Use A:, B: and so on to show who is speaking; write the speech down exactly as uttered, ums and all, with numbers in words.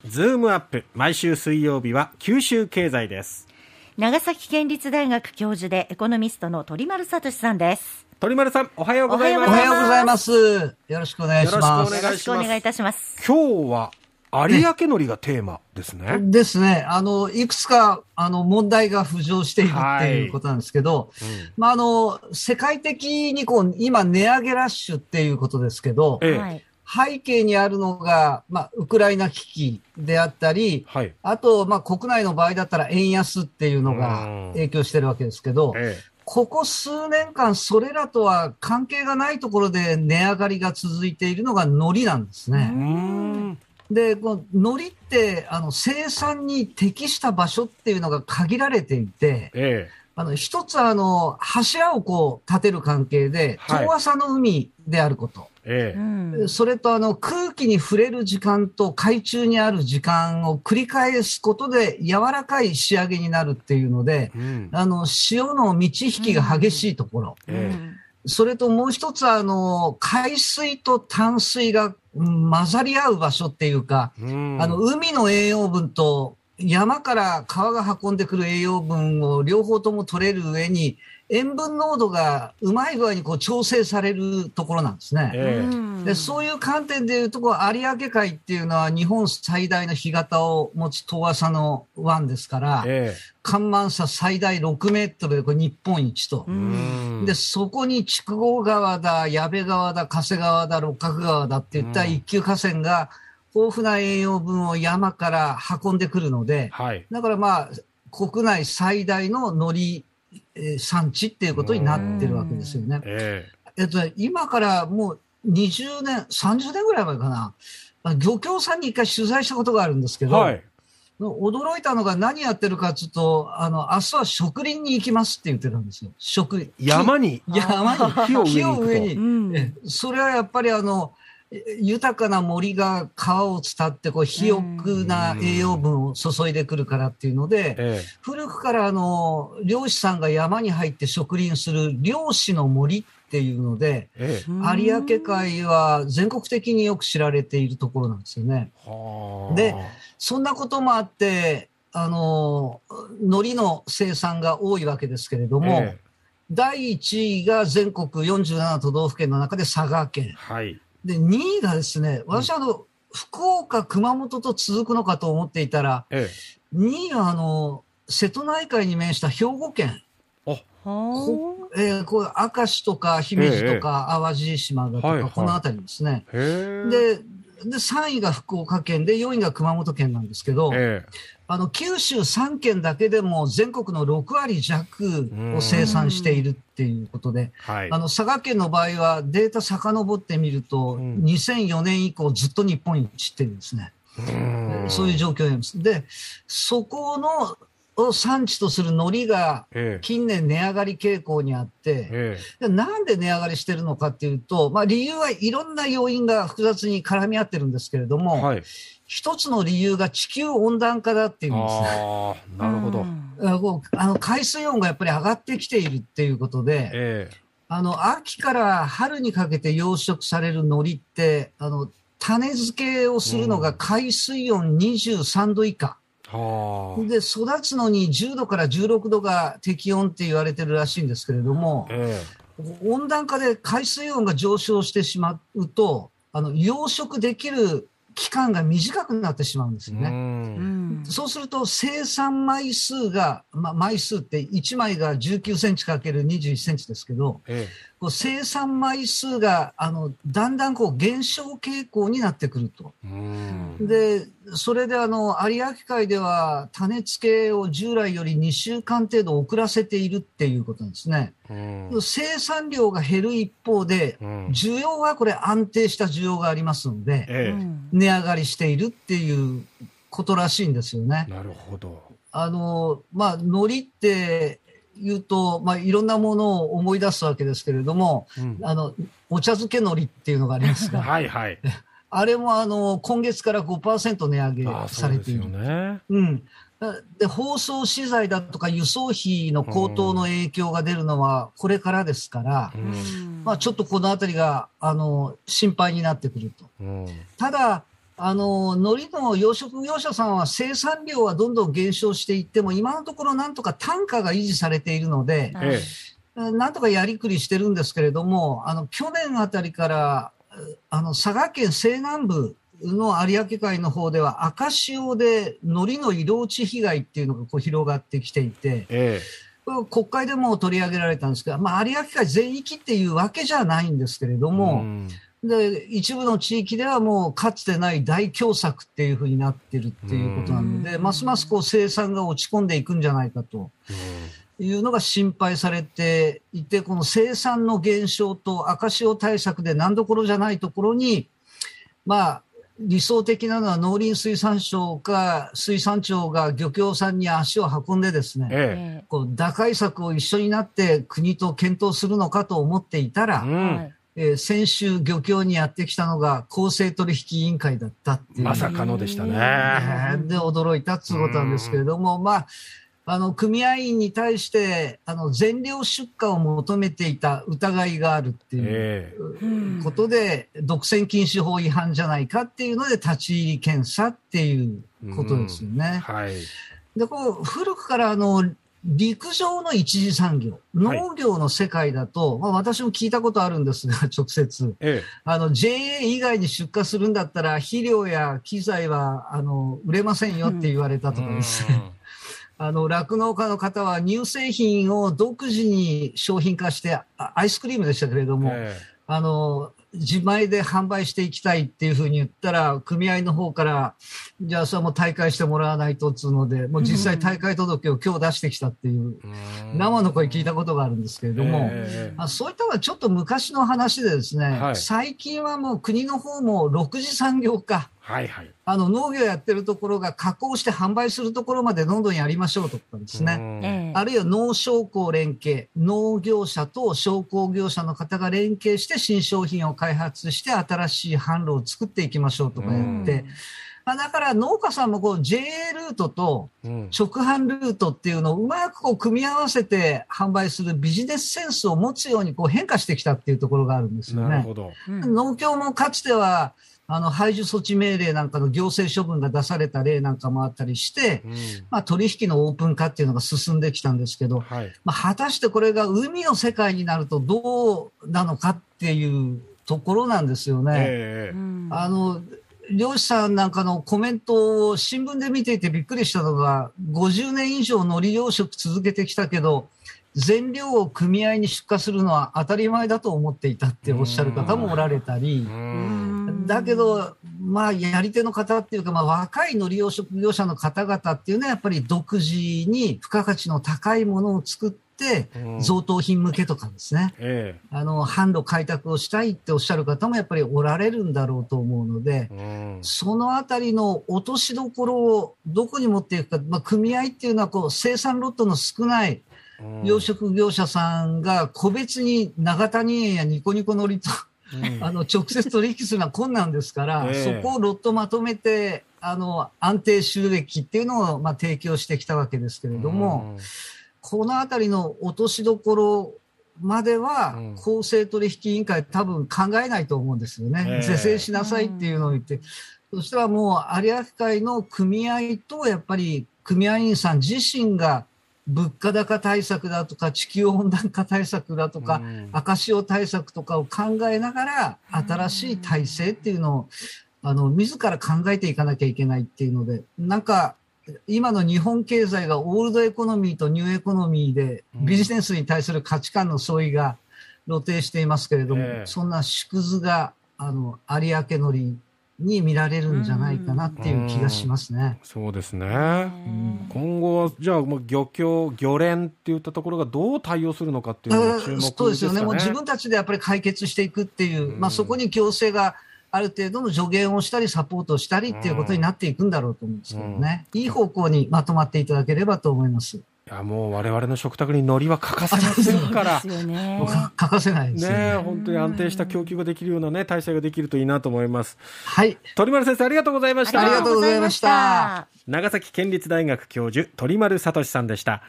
A: ズームアップ、毎週水曜日は九州経済です。
B: 長崎県立大学教授でエコノミストの鳥丸聡さんです。
A: 鳥丸さん、おはようございます。
C: おはようございます。よろしくお願いします。
B: よろしくお願いいたします。
A: 今日は有明海苔がテーマですね。
C: ねですね。あの、いくつか、あの、問題が浮上しているっていうことなんですけど、はい、うん、まあ、あの、世界的にこう、今、値上げラッシュっていうことですけど、ええ、背景にあるのが、まあ、ウクライナ危機であったり、はい、あと、まあ、国内の場合だったら円安っていうのが影響してるわけですけど、ええ、ここ数年間、それらとは関係がないところで値上がりが続いているのが海苔なんですね。うーんで、この海苔って、あの、生産に適した場所っていうのが限られていて、ええ、あの、一つあの、柱をこう、立てる関係で、はい、遠浅の海であること。ええ、それとあの、空気に触れる時間と海中にある時間を繰り返すことで柔らかい仕上げになるっていうので、うん、あの、潮の満ち引きが激しいところ。うんええそれともう一つあの、海水と淡水が混ざり合う場所っていうか、うん、あの、海の栄養分と山から川が運んでくる栄養分を両方とも取れる上に、塩分濃度がうまい具合にこう調整されるところなんですね。えー、でそういう観点でいうとこう有明海っていうのは日本最大の干潟を持つ遠浅の湾ですから、えー、干満差最大ろくメートルでこれ日本一と。で、そこに筑後川だ、矢部川だ、加瀬川だ、六角川だっていった一級河川が豊富な栄養分を山から運んでくるので、はい、だからまあ国内最大の海苔産地っていうことになってるわけですよね。えー、えっと、今からもうにじゅうねん、さんじゅうねんぐらい前かな、漁協さんに一回取材したことがあるんですけど、はい、驚いたのが何やってるかというと、あの、明日は植林に行きますって言ってたんですよ。植
A: 山に
C: 山に木を上に、うん、え。それはやっぱりあの、豊かな森が川を伝ってこう肥沃な栄養分を注いでくるからっていうので、ええ、古くからあの漁師さんが山に入って植林する漁師の森っていうので、ええ、有明海は全国的によく知られているところなんですよね。で、そんなこともあってあの海苔の生産が多いわけですけれども、ええ、だいいちいが全国よんじゅうなな都道府県の中で佐賀県。はいで、にいがですね、私はあの、うん、福岡、熊本と続くのかと思っていたら、ええ、にいはあの、瀬戸内海に面した兵庫県。あこえー、こう明石とか姫路とか淡路島だとか、はいはい、この辺りですね。で、で、さんいが福岡県で、よんいが熊本県なんですけど、ええ、あの、九州さんけんだけでも全国のろくわりじゃくを生産しているっていうことで、はい、あの、佐賀県の場合はデータ遡ってみると、うん、にせんよねん以降ずっと日本一っていうですね、うそういう状況なんです。で、そこの、を産地とする海苔が近年値上がり傾向にあって、ええ、なんで値上がりしてるのかっていうと、まあ理由はいろんな要因が複雑に絡み合ってるんですけれども、はい、一つの理由が地球温暖化だっていうんですね。
A: ああ、なるほど。
C: あの海水温がやっぱり上がってきているっていうことで、ええ、あの秋から春にかけて養殖される海苔って、あの種付けをするのが海水温にじゅうさんど以下。うん、で育つのにじゅうどからじゅうろくどが適温って言われてるらしいんですけれども、ええ、温暖化で海水温が上昇してしまうとあの養殖できる期間が短くなってしまうんですよね。うん、そうすると生産枚数が、まあ、枚数っていちまいがじゅうきゅうセンチかけるにじゅういちセンチですけど、ええ、こう生産枚数があのだんだんこう減少傾向になってくると。うんでそれであの有明海では種付けを従来よりにしゅうかん程度遅らせているっていうことなんですね。うん生産量が減る一方で、うん、需要はこれ安定した需要がありますので、ええ、値上がりしているっていうことらしいんですよね。
A: なるほど。
C: あのまあ海苔って言うと、まあ、いろんなものを思い出すわけですけれども、うん、あのお茶漬け海苔っていうのがありますがはい、はい、あれもあの今月から ごパーセント 値上げされている。そうですよね。うん。で包装資材だとか輸送費の高騰の影響が出るのはこれからですから、うんまあ、ちょっとこのあたりがあの心配になってくると。うん、ただあの、海苔の養殖業者さんは生産量はどんどん減少していっても、今のところなんとか単価が維持されているので、ええ、なんとかやりくりしてるんですけれども、あの、去年あたりから、あの、佐賀県西南部の有明海の方では赤潮で海苔の色落ち被害っていうのがこう広がってきていて、ええ、国会でも取り上げられたんですが、まあ、有明海全域っていうわけじゃないんですけれども、で、一部の地域ではもうかつてない大凶作っていうふうになってるっていうことなので、ますますこう生産が落ち込んでいくんじゃないかというのが心配されていて、この生産の減少と赤潮対策で何どころじゃないところに、まあ、理想的なのは農林水産省か水産庁が漁協さんに足を運んでですね、ええ、こう打開策を一緒になって国と検討するのかと思っていたら、うんえー、先週漁協にやってきたのが公正取引委員会だったっていう。
A: まさかのでしたね。
C: で、驚いたっていうことなんですけれども、まあ、あの、組合員に対して、あの、全量出荷を求めていた疑いがあるっていうことで、えー、独占禁止法違反じゃないかっていうので、立ち入り検査っていうことですよね。はい。で、こう、古くからあの、陸上の一次産業、農業の世界だと、はい、まあ、私も聞いたことあるんですが、直接。ええ、あの、ジェーエー 以外に出荷するんだったら、肥料や機材は、あの、売れませんよって言われたとかですね。あの、酪農家の方は乳製品を独自に商品化して、アイスクリームでしたけれども、ええ、あの、自前で販売していきたいっていうふうに言ったら、組合の方から、じゃあそれはもう大会してもらわないとっつうので、もう実際大会届を今日出してきたっていう、生の声聞いたことがあるんですけれども、えー、そういったのはちょっと昔の話でですね、はい、最近はもう国の方もろく次産業化、はいはい、あの農業やってるところが加工して販売するところまでどんどんやりましょうとかですね。あるいは農商工連携、農業者と商工業者の方が連携して新商品を開発して新しい販路を作っていきましょうとかやって、まあ、だから農家さんもこう ジェーエー ルートと直販ルートっていうのをうまくこう組み合わせて販売するビジネスセンスを持つようにこう変化してきたっていうところがあるんですよね。なるほど。農協もかつてはあの、排除措置命令なんかの行政処分が出された例なんかもあったりして、うん、まあ、取引のオープン化っていうのが進んできたんですけど、はい、まあ、果たしてこれが海の世界になるとどうなのかっていうところなんですよね。えー、あの、漁師さんなんかのコメントを新聞で見ていてびっくりしたのが、ごじゅうねん以上海苔養殖続けてきたけど、全量を組合に出荷するのは当たり前だと思っていたっておっしゃる方もおられたり、だけど、まあ、やり手の方っていうか、まあ、若い海苔養殖業者の方々っていうのは、やっぱり独自に付加価値の高いものを作って、贈答品向けとかですね、ええ、あの、販路開拓をしたいっておっしゃる方もやっぱりおられるんだろうと思うので、そのあたりの落としどころをどこに持っていくか、まあ、組合っていうのは、こう、生産ロットの少ない、養殖業者さんが個別に長谷園やニコニコ海苔と、うん、あの直接取引するのは困難ですから、えー、そこをロットまとめてあの安定収益っていうのを、まあ、提供してきたわけですけれども、うん、このあたりの落としどころまでは、うん、公正取引委員会多分考えないと思うんですよね。えー、是正しなさいっていうのを言って、うん、そしたらもう有明海の組合とやっぱり組合員さん自身が物価高対策だとか地球温暖化対策だとか、うん、赤潮対策とかを考えながら新しい体制っていうのをあの自ら考えていかなきゃいけないっていうので、なんか今の日本経済がオールドエコノミーとニューエコノミーでビジネスに対する価値観の相違が露呈していますけれども、えー、そんな縮図があの有明のりに見られるんじゃないかなっていう気がしますね。
A: うそうですね、うん、今後はじゃあ漁協漁連っていったところがどう対応するのかっていうのが注目ですかね。
C: そうですよね。もう自分たちでやっぱり解決していくっていう、うん、まあ、そこに行政がある程度の助言をしたりサポートをしたりっていうことになっていくんだろうと思うんですけどね、うん、いい方向にまとまっていただければと思います。
A: いやもう我々の食卓に海苔は欠かせませんから、
C: ね、欠かせないですよ ね,
A: ね本当に安定した供給ができるような、ね、体制ができるといいなと思います。
C: はい、
A: 鳥丸先生ありがとうございました。
C: ありがとうございました。
A: 長崎県立大学教授鳥丸聡さんでした。